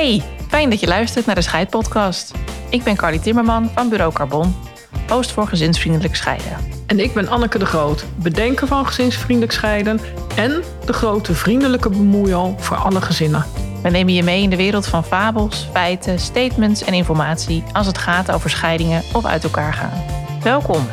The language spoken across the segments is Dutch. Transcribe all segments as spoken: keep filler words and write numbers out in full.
Hey, fijn dat je luistert naar de Scheidpodcast. Ik ben Carly Timmerman van Bureau Carbon, host voor Gezinsvriendelijk Scheiden. En ik ben Anneke de Groot, bedenker van Gezinsvriendelijk Scheiden en de grote vriendelijke bemoeial voor alle gezinnen. We nemen je mee in de wereld van fabels, feiten, statements en informatie als het gaat over scheidingen of uit elkaar gaan. Welkom!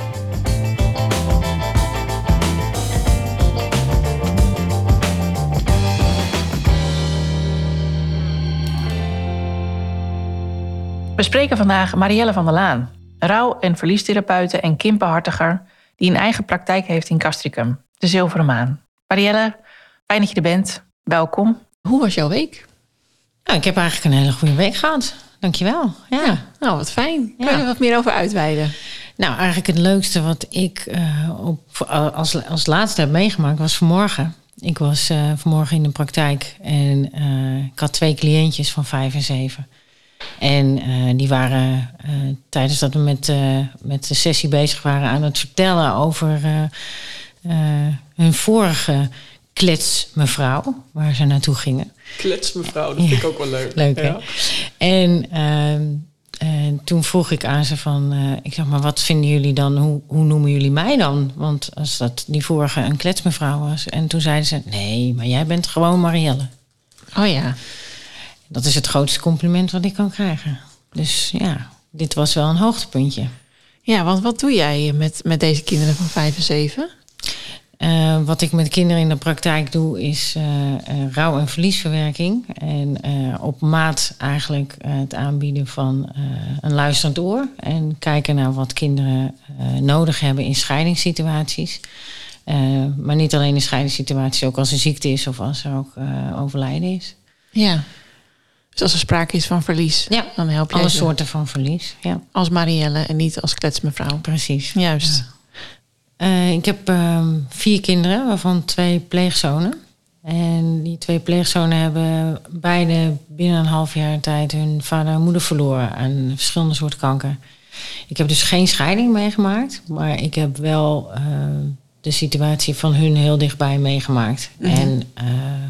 We spreken vandaag Marielle van der Laan, rouw- en verliestherapeute en kindbehartiger die een eigen praktijk heeft in Castricum, de Zilveren Maan. Marielle, fijn dat je er bent. Welkom. Hoe was jouw week? Nou, ik heb eigenlijk een hele goede week gehad. Dankjewel. Ja. Ja, nou, wat fijn. Kan Ja. je er wat meer over uitweiden? Nou, eigenlijk het leukste wat ik uh, op, als, als laatste heb meegemaakt was vanmorgen. Ik was uh, vanmorgen in de praktijk en uh, ik had twee cliëntjes van vijf en zeven. En uh, die waren uh, tijdens dat we met, uh, met de sessie bezig waren aan het vertellen over uh, uh, hun vorige kletsmevrouw, waar ze naartoe gingen. Kletsmevrouw, dat vind ik ook wel leuk. Leuk, hè? Ja. En uh, uh, toen vroeg ik aan ze van, uh, ik zeg maar, wat vinden jullie dan, hoe, hoe noemen jullie mij dan? Want als dat die vorige een kletsmevrouw was. En toen zeiden ze, nee, maar jij bent gewoon Marielle. Oh ja. Dat is het grootste compliment wat ik kan krijgen. Dus ja, dit was wel een hoogtepuntje. Ja, want wat doe jij met, met deze kinderen van vijf en zeven? Uh, wat ik met kinderen in de praktijk doe is uh, uh, rouw- en verliesverwerking. En uh, op maat eigenlijk uh, het aanbieden van uh, een luisterend oor. En kijken naar wat kinderen uh, nodig hebben in scheidingssituaties. Uh, maar niet alleen in scheidingssituaties, ook als er ziekte is of als er ook uh, overlijden is. Ja. Dus als er sprake is van verlies, Ja, dan help je alle ze soorten van verlies. Ja, als Marielle en niet als kletsmevrouw. precies. Juist. Ja. Uh, ik heb uh, vier kinderen, waarvan twee pleegzonen. En die twee pleegzonen hebben beide binnen een half jaar tijd hun vader en moeder verloren aan verschillende soorten kanker. Ik heb dus geen scheiding meegemaakt, maar ik heb wel uh, de situatie van hun heel dichtbij meegemaakt. Mm-hmm. En uh,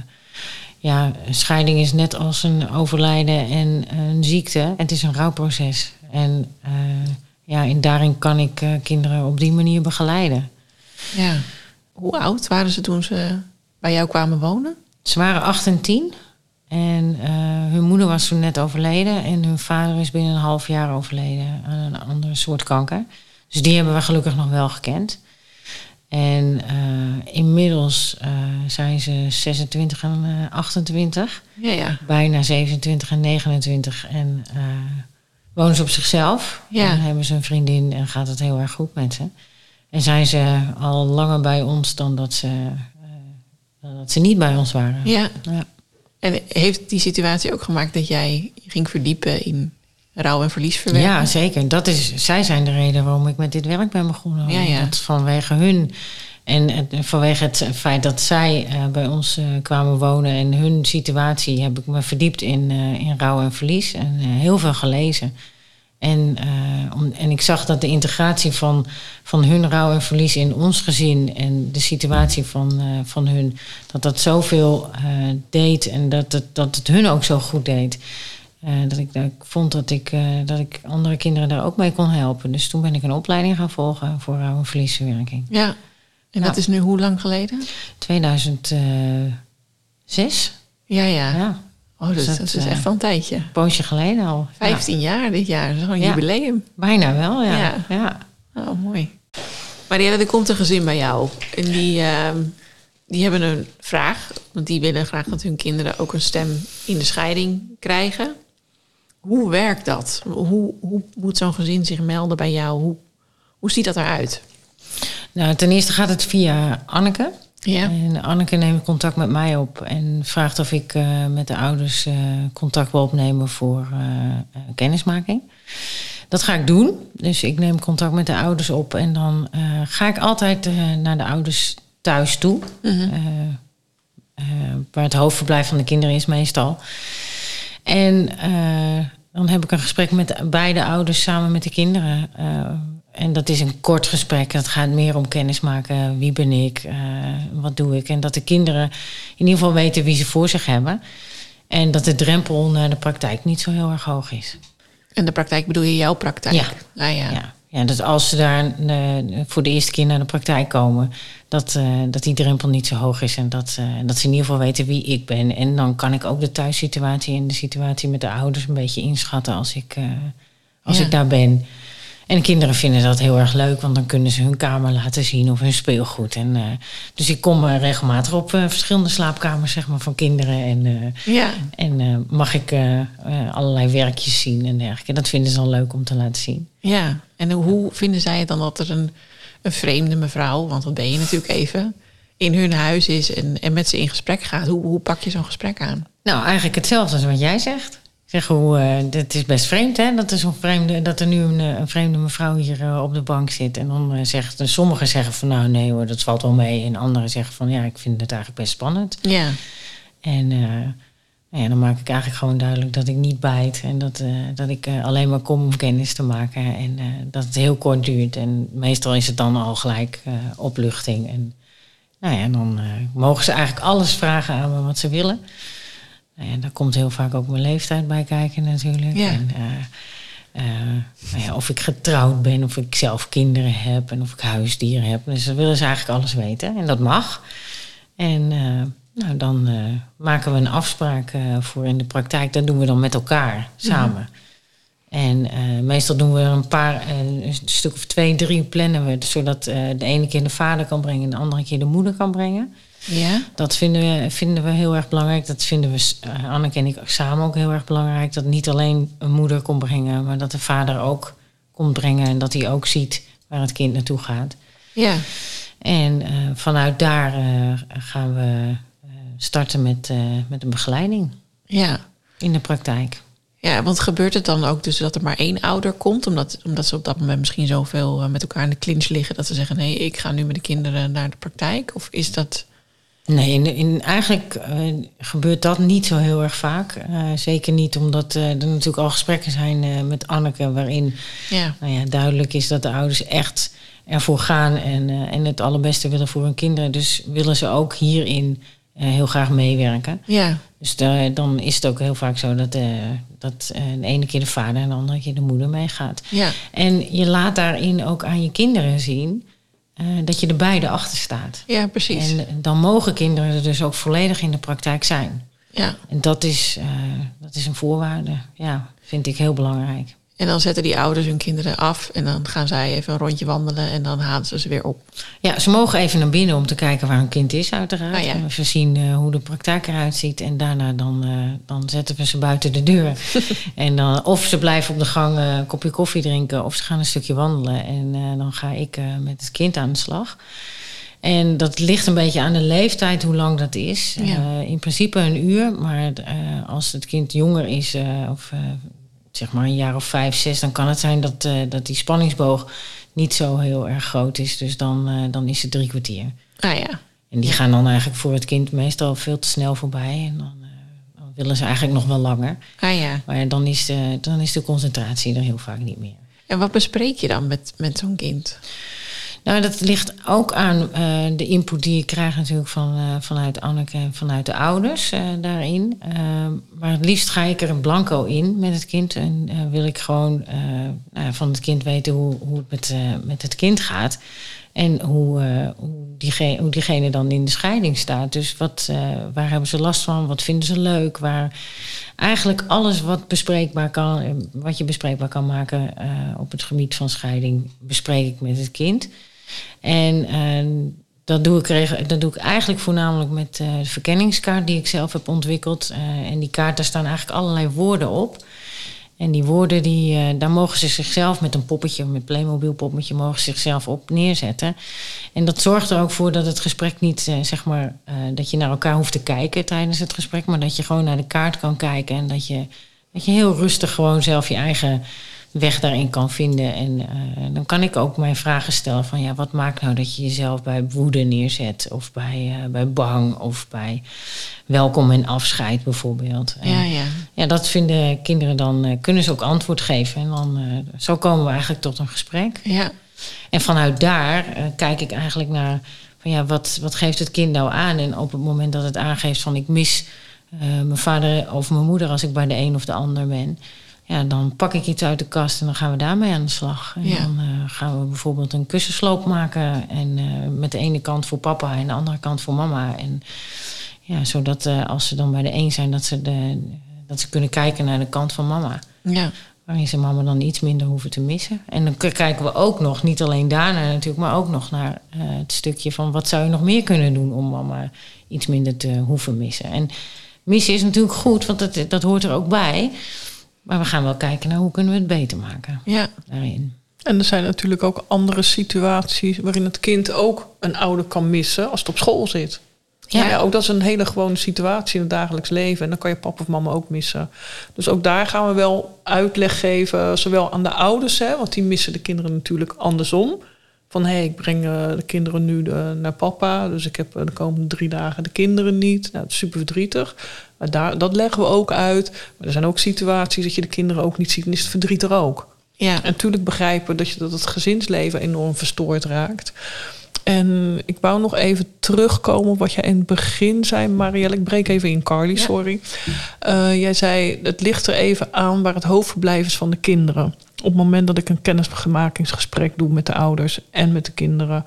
ja, een scheiding is net als een overlijden en een ziekte. Het is een rouwproces. En uh, ja, en daarin kan ik uh, kinderen op die manier begeleiden. Ja. Hoe oud waren ze toen ze bij jou kwamen wonen? Ze waren acht en tien. En uh, hun moeder was toen net overleden. En hun vader is binnen een half jaar overleden aan een andere soort kanker. Dus die hebben we gelukkig nog wel gekend. En uh, inmiddels uh, zijn ze zesentwintig en uh, achtentwintig. Ja, ja. Bijna zevenentwintig en negenentwintig. En uh, wonen ze op zichzelf. Ja. En hebben ze een vriendin en gaat het heel erg goed met ze. En zijn ze al langer bij ons dan dat ze, uh, dat ze niet bij ons waren. Ja. Ja. En heeft die situatie ook gemaakt dat jij ging verdiepen in rouw- en verliesverwerking? Ja, zeker. Dat is, zij zijn de reden waarom ik met dit werk ben begonnen. Ja, ja. Dat vanwege hun en het, vanwege het feit dat zij uh, bij ons uh, kwamen wonen en hun situatie heb ik me verdiept in, uh, in rouw en verlies en uh, heel veel gelezen. En, uh, om, en ik zag dat de integratie van, van hun rouw en verlies in ons gezin en de situatie van, uh, van hun, dat dat zoveel uh, deed en dat het, dat het hun ook zo goed deed. Uh, dat, ik, dat ik vond dat ik, uh, dat ik andere kinderen daar ook mee kon helpen. Dus toen ben ik een opleiding gaan volgen voor rouw- en verliesverwerking. Ja. En dat Ja. is nu hoe lang geleden? tweeduizend zes. Ja, ja. Ja, Oh, dus Dus dat, dat, is echt uh, wel een tijdje. een poosje geleden al. Vijftien jaar dit jaar. Dat is gewoon een Ja. jubileum. Bijna wel, ja. Ja. ja. Oh, mooi. Marielle, er komt een gezin bij jou. En die, uh, die hebben een vraag. Want die willen graag dat hun kinderen ook een stem in de scheiding krijgen. Hoe werkt dat? Hoe, hoe moet zo'n gezin zich melden bij jou? Hoe, hoe ziet dat eruit? Nou, ten eerste gaat het via Anneke. Ja. En Anneke neemt contact met mij op en vraagt of ik uh, met de ouders uh, contact wil opnemen voor uh, uh, kennismaking. Dat ga ik doen. Dus ik neem contact met de ouders op en dan uh, ga ik altijd uh, naar de ouders thuis toe. Mm-hmm. Uh, uh, waar het hoofdverblijf van de kinderen is meestal. En uh, dan heb ik een gesprek met beide ouders samen met de kinderen. Uh, en dat is een kort gesprek. Het gaat meer om kennismaken. Wie ben ik? Uh, wat doe ik? En dat de kinderen in ieder geval weten wie ze voor zich hebben. En dat de drempel naar de praktijk niet zo heel erg hoog is. En de praktijk bedoel je jouw praktijk? Ja. Ah, ja. Ja. Ja, dus als ze daar uh, voor de eerste keer naar de praktijk komen, dat, uh, dat die drempel niet zo hoog is. En dat, uh, dat ze in ieder geval weten wie ik ben. En dan kan ik ook de thuissituatie en de situatie met de ouders een beetje inschatten als ik, uh, als Ja. ik daar ben. En de kinderen vinden dat heel erg leuk, want dan kunnen ze hun kamer laten zien of hun speelgoed. En, uh, dus ik kom uh, regelmatig op uh, verschillende slaapkamers, zeg maar, van kinderen. En, uh, Ja. en uh, mag ik uh, uh, allerlei werkjes zien en dergelijke. Dat vinden ze dan leuk om te laten zien. Ja, en hoe vinden zij het dan dat er een, een vreemde mevrouw, want dat ben je natuurlijk even, in hun huis is en, en met ze in gesprek gaat? Hoe, hoe pak je zo'n gesprek aan? Nou, eigenlijk hetzelfde als wat jij zegt. Ik zeg, hoe, uh, het is best vreemd, hè, dat er, zo'n vreemde, dat er nu een, een vreemde mevrouw hier uh, op de bank zit. En dan uh, zegt, en sommigen zeggen van, nou nee hoor, dat valt wel mee. En anderen zeggen van, ja, ik vind het eigenlijk best spannend. Ja. En uh, nou ja, dan maak ik eigenlijk gewoon duidelijk dat ik niet bijt. En dat, uh, dat ik uh, alleen maar kom om kennis te maken. En uh, dat het heel kort duurt. En meestal is het dan al gelijk uh, opluchting. En nou ja, dan uh, mogen ze eigenlijk alles vragen aan me wat ze willen. Nou ja, daar komt heel vaak ook mijn leeftijd bij kijken natuurlijk. Ja. En, uh, uh, nou ja, of ik getrouwd ben, of ik zelf kinderen heb en of ik huisdieren heb. Dus dan willen ze eigenlijk alles weten. En dat mag. En uh, nou, dan uh, maken we een afspraak uh, voor in de praktijk. Dat doen we dan met elkaar, samen. Ja. En uh, meestal doen we er een paar, uh, een stuk of twee, drie plannen we. Zodat uh, de ene keer de vader kan brengen en de andere keer de moeder kan brengen. Ja. Dat vinden we, vinden we heel erg belangrijk. Dat vinden we, uh, Anneke en ik samen ook heel erg belangrijk. Dat niet alleen een moeder komt brengen, maar dat de vader ook komt brengen. En dat hij ook ziet waar het kind naartoe gaat. Ja. En uh, vanuit daar uh, gaan we uh, starten met, uh, met een begeleiding. Ja. In de praktijk. Ja, want gebeurt het dan ook dus dat er maar één ouder komt? Omdat, omdat ze op dat moment misschien zoveel uh, met elkaar in de clinch liggen, dat ze zeggen, nee, ik ga nu met de kinderen naar de praktijk? Of is dat... Nee, in, in, eigenlijk uh, gebeurt dat niet zo heel erg vaak. Uh, zeker niet omdat uh, er natuurlijk al gesprekken zijn uh, met Anneke, waarin Ja. nou ja, duidelijk is dat de ouders echt ervoor gaan en, uh, en het allerbeste willen voor hun kinderen. Dus willen ze ook hierin uh, heel graag meewerken. Ja. Dus daar, dan is het ook heel vaak zo dat, uh, dat uh, de ene keer de vader en de andere keer de moeder meegaat. Ja. En je laat daarin ook aan je kinderen zien uh, dat je er beide achter staat. Ja, precies. En dan mogen kinderen er dus ook volledig in de praktijk zijn. Ja. En dat is, uh, dat is een voorwaarde. Ja, vind ik heel belangrijk. En dan zetten die ouders hun kinderen af en dan gaan zij even een rondje wandelen en dan halen ze ze weer op. Ja, ze mogen even naar binnen om te kijken waar hun kind is uiteraard. Ah, ja. En we zien uh, hoe de praktijk eruit ziet. En daarna dan, uh, dan zetten we ze buiten de deur. En dan, of ze blijven op de gang uh, een kopje koffie drinken of ze gaan een stukje wandelen. En uh, dan ga ik uh, met het kind aan de slag. En dat ligt een beetje aan de leeftijd, hoe lang dat is. Ja. Uh, in principe een uur, maar uh, als het kind jonger is, uh, of uh, zeg maar een jaar of vijf, zes, dan kan het zijn dat, uh, dat die spanningsboog niet zo heel erg groot is. Dus dan, uh, dan is het drie kwartier. Ah ja. En die gaan dan eigenlijk voor het kind meestal veel te snel voorbij. En dan, uh, dan willen ze eigenlijk nog wel langer. Ah ja. Maar dan is, de, dan is de concentratie er heel vaak niet meer. En wat bespreek je dan met, met zo'n kind? Nou, dat ligt ook aan uh, de input die je krijgt natuurlijk van, uh, vanuit Anneke en vanuit de ouders uh, daarin. Uh, maar het liefst ga ik er een blanco in met het kind. En uh, wil ik gewoon uh, nou, van het kind weten hoe, hoe het met, uh, met het kind gaat. En hoe, uh, hoe, diegene, hoe diegene dan in de scheiding staat. Dus wat, uh, waar hebben ze last van? Wat vinden ze leuk? Waar eigenlijk alles wat bespreekbaar kan, wat je bespreekbaar kan maken uh, op het gebied van scheiding, bespreek ik met het kind. En uh, dat, doe ik regel, dat doe ik eigenlijk voornamelijk met uh, de verkenningskaart die ik zelf heb ontwikkeld. Uh, en die kaart, daar staan eigenlijk allerlei woorden op. En die woorden, die, uh, daar mogen ze zichzelf met een poppetje, met Playmobil poppetje, mogen ze zichzelf op neerzetten. En dat zorgt er ook voor dat het gesprek niet, uh, zeg maar, uh, dat je naar elkaar hoeft te kijken tijdens het gesprek, maar dat je gewoon naar de kaart kan kijken en dat je, dat je heel rustig gewoon zelf je eigen weg daarin kan vinden. En uh, dan kan ik ook mijn vragen stellen van, ja, wat maakt nou dat je jezelf bij woede neerzet? Of bij, uh, bij bang, of bij welkom en afscheid bijvoorbeeld. En, Ja, ja. ja, dat vinden kinderen dan, uh, kunnen ze ook antwoord geven. En dan, uh, zo komen we eigenlijk tot een gesprek. Ja. En vanuit daar uh, kijk ik eigenlijk naar, van ja, wat, wat geeft het kind nou aan? En op het moment dat het aangeeft van ik mis uh, mijn vader of mijn moeder, als ik bij de een of de ander ben, ja, dan pak ik iets uit de kast en dan gaan we daarmee aan de slag. En Ja. dan uh, gaan we bijvoorbeeld een kussensloop maken. En uh, met de ene kant voor papa en de andere kant voor mama. En ja, zodat uh, als ze dan bij de een zijn, dat ze, de, dat ze kunnen kijken naar de kant van mama. Ja. Waarin ze mama dan iets minder hoeven te missen. En dan k- kijken we ook nog, niet alleen daarnaar natuurlijk, maar ook nog naar uh, het stukje van wat zou je nog meer kunnen doen om mama iets minder te hoeven missen. En missen is natuurlijk goed, want dat, dat hoort er ook bij. Maar we gaan wel kijken naar hoe kunnen we het beter maken Ja. daarin. En er zijn natuurlijk ook andere situaties waarin het kind ook een ouder kan missen als het op school zit. Ja. Ja, ook dat is een hele gewone situatie in het dagelijks leven. En dan kan je papa of mama ook missen. Dus ook daar gaan we wel uitleg geven, zowel aan de ouders, hè, want die missen de kinderen natuurlijk andersom. Van hé, hey, ik breng uh, de kinderen nu de, naar papa, dus ik heb uh, de komende drie dagen de kinderen niet. Nou, dat is super verdrietig. Maar daar, dat leggen we ook uit. Maar er zijn ook situaties dat je de kinderen ook niet ziet en is het verdriet er ook. Ja. En natuurlijk begrijpen dat je dat het gezinsleven enorm verstoord raakt. En ik wou nog even terugkomen op wat jij in het begin zei, Marielle. Ik breek even in, Carly, Ja. sorry. Uh, jij zei, het ligt er even aan waar het hoofdverblijf is van de kinderen. Op het moment dat ik een kennismakingsgesprek doe met de ouders en met de kinderen.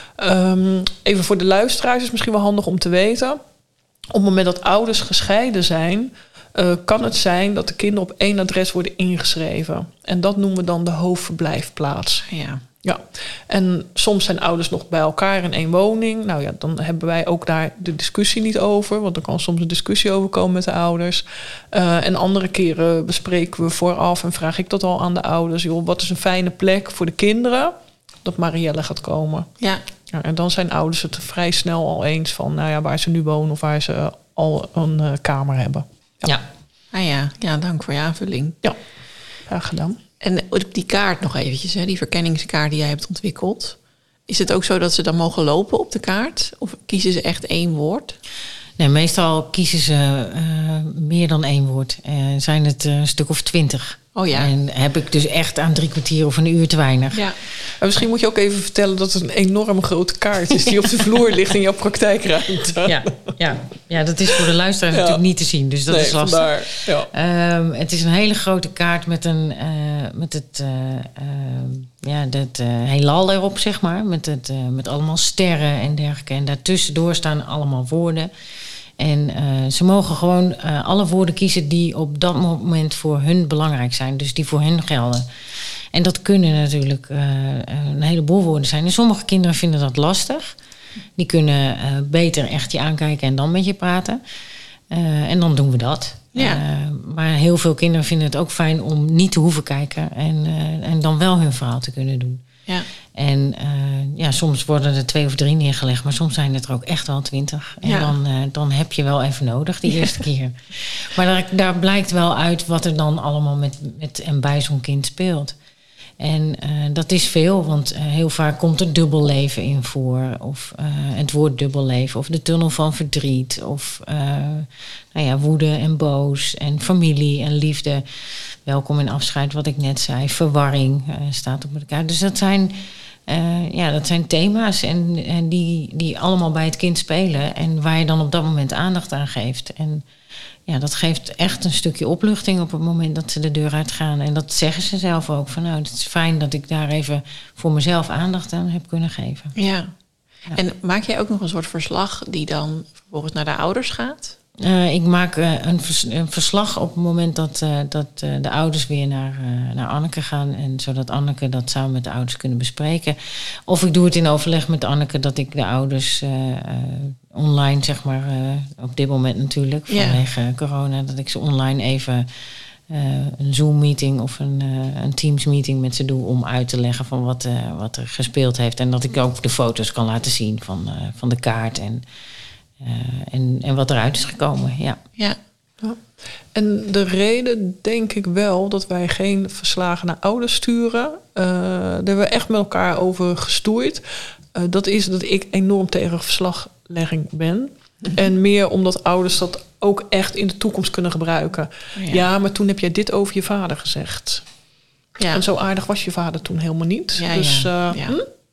Um, even voor de luisteraars is het misschien wel handig om te weten. Op het moment dat ouders gescheiden zijn, Uh, kan het zijn dat de kinderen op één adres worden ingeschreven. En dat noemen we dan de hoofdverblijfplaats. Ja. Ja, en soms zijn ouders nog bij elkaar in één woning. Nou ja, dan hebben wij ook daar de discussie niet over. Want er kan soms een discussie over komen met de ouders. Uh, en andere keren bespreken we vooraf en vraag ik dat al aan de ouders. Joh, wat is een fijne plek voor de kinderen? Dat Marielle gaat komen. Ja. Ja, en dan zijn ouders het vrij snel al eens van, nou ja, waar ze nu wonen of waar ze al een uh, kamer hebben. Ja. Ja. Ah ja. Ja, dank voor je aanvulling. Ja, graag gedaan. En op die kaart nog eventjes, hè, die verkenningskaart die jij hebt ontwikkeld. Is het ook zo dat ze dan mogen lopen op de kaart? Of kiezen ze echt één woord? Nee, meestal kiezen ze uh, meer dan één woord. Uh, zijn het uh, een stuk of twintig. Oh ja. En heb ik dus echt aan drie kwartier of een uur te weinig. Ja. En misschien moet je ook even vertellen dat het een enorm grote kaart is die op de vloer ligt in jouw praktijkruimte. Ja, ja. ja, dat is voor de luisteraar ja. natuurlijk niet te zien, dus dat nee, is lastig. Vandaar, ja. Um, het is een hele grote kaart met, een, uh, met het uh, uh, ja, dat, uh, heelal erop, zeg maar. Met, het, uh, met allemaal sterren en dergelijke. En daartussendoor staan allemaal woorden. En uh, ze mogen gewoon uh, alle woorden kiezen die op dat moment voor hun belangrijk zijn. Dus die voor hen gelden. En dat kunnen natuurlijk uh, een heleboel woorden zijn. En sommige kinderen vinden dat lastig. Die kunnen uh, beter echt je aankijken en dan met je praten. Uh, en dan doen we dat. Ja. Uh, maar heel veel kinderen vinden het ook fijn om niet te hoeven kijken. En, uh, en dan wel hun verhaal te kunnen doen. Ja. En uh, ja, soms worden er twee of drie neergelegd, maar soms zijn het er ook echt wel twintig. En Ja. dan, uh, dan heb je wel even nodig, die eerste keer. Maar daar, daar blijkt wel uit wat er dan allemaal met, met en bij zo'n kind speelt. En uh, dat is veel, want uh, heel vaak komt er dubbelleven in voor. Of uh, het woord dubbelleven, of de tunnel van verdriet. Of uh, nou ja, woede en boos en familie en liefde. Welkom in afscheid, wat ik net zei. Verwarring uh, staat op elkaar. Dus dat zijn, uh, ja, dat zijn thema's en, en die, die allemaal bij het kind spelen. En waar je dan op dat moment aandacht aan geeft. En ja, dat geeft echt een stukje opluchting op het moment dat ze de deur uitgaan. En dat zeggen ze zelf ook. Van nou, het is fijn dat ik daar even voor mezelf aandacht aan heb kunnen geven. Ja. Ja. En maak jij ook nog een soort verslag die dan vervolgens naar de ouders gaat? Uh, ik maak uh, een, vers, een verslag op het moment dat, uh, dat uh, de ouders weer naar, uh, naar Anneke gaan. En zodat Anneke dat samen met de ouders kunnen bespreken. Of ik doe het in overleg met Anneke dat ik de ouders uh, uh, online, zeg maar, uh, op dit moment natuurlijk, Ja. vanwege corona, dat ik ze online even uh, een Zoom-meeting of een, uh, een Teams-meeting met ze doe om uit te leggen van wat, uh, wat er gespeeld heeft. En dat ik ook de foto's kan laten zien van, uh, van de kaart en Uh, en, en wat eruit is gekomen, ja. Ja. Ja. En de reden denk ik wel dat wij geen verslagen naar ouders sturen. Uh, daar hebben we echt met elkaar over gestoeid. Uh, dat is dat ik enorm tegen verslaglegging ben. Mm-hmm. En meer omdat ouders dat ook echt in de toekomst kunnen gebruiken. Ja. Ja, maar toen heb jij dit over je vader gezegd. Ja. En zo aardig was je vader toen helemaal niet. Ja, dus ja. Uh, Ja. hm?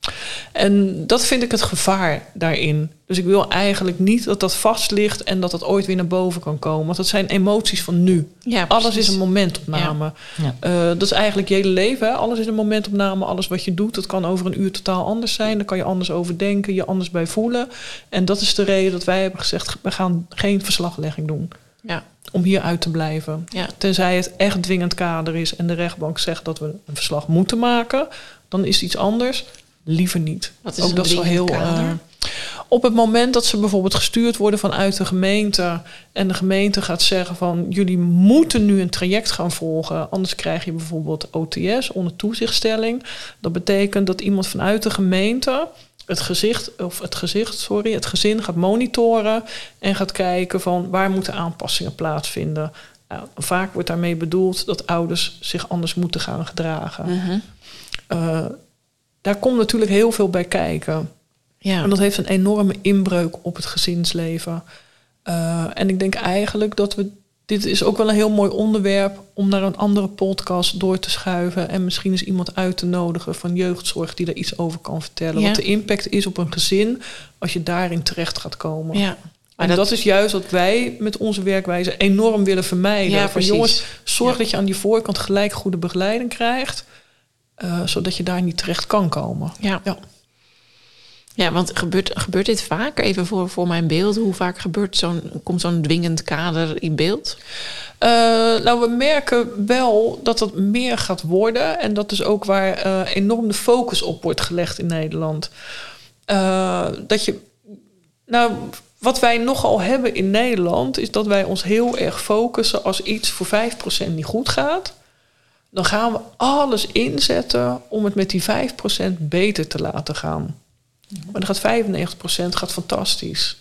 En dat vind ik het gevaar daarin. Dus ik wil eigenlijk niet dat dat vast ligt en dat dat ooit weer naar boven kan komen. Want dat zijn emoties van nu. Ja, alles is een momentopname. Ja. Ja. Uh, dat is eigenlijk je hele leven. Hè? Alles is een momentopname. Alles wat je doet, dat kan over een uur totaal anders zijn. Daar kan je anders over denken, je anders bij voelen. En dat is de reden dat wij hebben gezegd, we gaan geen verslaglegging doen. Ja. Om hier uit te blijven. Ja. Tenzij het echt dwingend kader is en de rechtbank zegt dat we een verslag moeten maken, dan is het iets anders. Liever niet. Wat is ook een dat is wel heel kader? Uh, op het moment dat ze bijvoorbeeld gestuurd worden vanuit de gemeente en de gemeente gaat zeggen van jullie moeten nu een traject gaan volgen, anders krijg je bijvoorbeeld O T S, onder toezichtstelling. Dat betekent dat iemand vanuit de gemeente het gezicht of het gezicht, sorry, het gezin gaat monitoren en gaat kijken van waar moeten aanpassingen plaatsvinden. Nou, vaak wordt daarmee bedoeld dat ouders zich anders moeten gaan gedragen. Uh-huh. Uh, daar komt natuurlijk heel veel bij kijken. Ja. En dat heeft een enorme inbreuk op het gezinsleven. Uh, en ik denk eigenlijk dat we... Dit is ook wel een heel mooi onderwerp om naar een andere podcast door te schuiven. En misschien eens iemand uit te nodigen van jeugdzorg die daar iets over kan vertellen. Ja. Wat de impact is op een gezin als je daarin terecht gaat komen. Ja. En dat, dat is juist wat wij met onze werkwijze enorm willen vermijden. Ja, van jongens, zorg ja. dat je aan die voorkant gelijk goede begeleiding krijgt. Uh, zodat je daar niet terecht kan komen. Ja, ja. ja want gebeurt, gebeurt dit vaak? Even voor, voor mijn beeld. Hoe vaak gebeurt zo'n, komt zo'n dwingend kader in beeld? Uh, nou, we merken wel dat dat meer gaat worden. En dat is ook waar uh, enorm de focus op wordt gelegd in Nederland. Uh, dat je... Nou, wat wij nogal hebben in Nederland is dat wij ons heel erg focussen als iets voor vijf procent niet goed gaat. Dan gaan we alles inzetten om het met die vijf procent beter te laten gaan. Mm-hmm. Maar dan gaat vijfennegentig procent gaat fantastisch.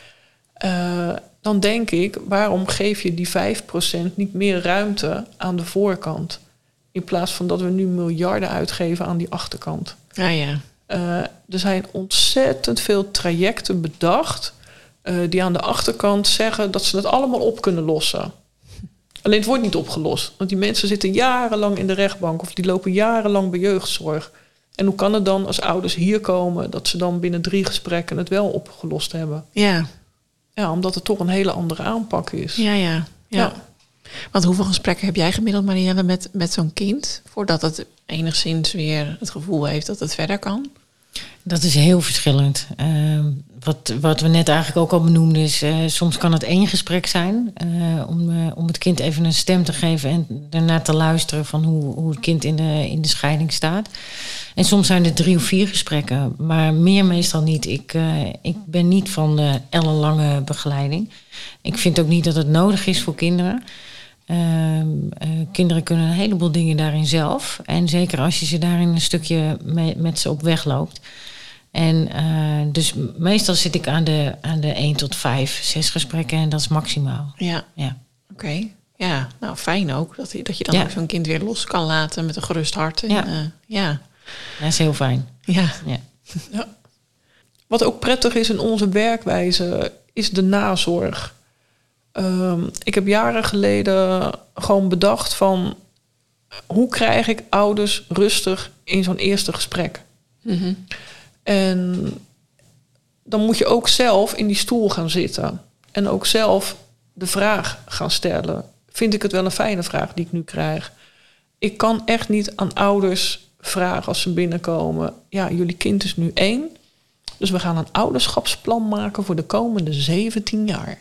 Uh, dan denk ik, waarom geef je die vijf procent niet meer ruimte aan de voorkant? In plaats van dat we nu miljarden uitgeven aan die achterkant. Ah, ja. Uh, er zijn ontzettend veel trajecten bedacht uh, die aan de achterkant zeggen dat ze het allemaal op kunnen lossen. Alleen het wordt niet opgelost. Want die mensen zitten jarenlang in de rechtbank of die lopen jarenlang bij jeugdzorg. En hoe kan het dan als ouders hier komen dat ze dan binnen drie gesprekken het wel opgelost hebben? Ja. Ja, omdat het toch een hele andere aanpak is. Ja, ja. ja. ja. Want hoeveel gesprekken heb jij gemiddeld, Marielle, met, met zo'n kind voordat het enigszins weer het gevoel heeft dat het verder kan? Dat is heel verschillend. Uh, wat, wat we net eigenlijk ook al benoemden is, uh, soms kan het één gesprek zijn uh, om, uh, om het kind even een stem te geven en daarna te luisteren van hoe, hoe het kind in de, in de scheiding staat. En soms zijn er drie of vier gesprekken, maar meer meestal niet. Ik, uh, ik ben niet van de ellenlange begeleiding. Ik vind ook niet dat het nodig is voor kinderen. Uh, uh, kinderen kunnen een heleboel dingen daarin zelf. En zeker als je ze daarin een stukje mee, met ze op weg loopt. En uh, dus meestal zit ik aan de, aan de één tot vijf, zes gesprekken en dat is maximaal. Ja, ja. Oké. Okay. Ja, nou fijn ook. Dat, dat je dan ja. ook zo'n kind weer los kan laten met een gerust hart. En, ja. Uh, ja. Dat is heel fijn. Ja. Ja. Ja. Wat ook prettig is in onze werkwijze is de nazorg. Um, ik heb jaren geleden gewoon bedacht van hoe krijg ik ouders rustig in zo'n eerste gesprek. Mm-hmm. En dan moet je ook zelf in die stoel gaan zitten. En ook zelf de vraag gaan stellen. Vind ik het wel een fijne vraag die ik nu krijg? Ik kan echt niet aan ouders vragen als ze binnenkomen. Ja, jullie kind is nu één. Dus we gaan een ouderschapsplan maken voor de komende zeventien jaar.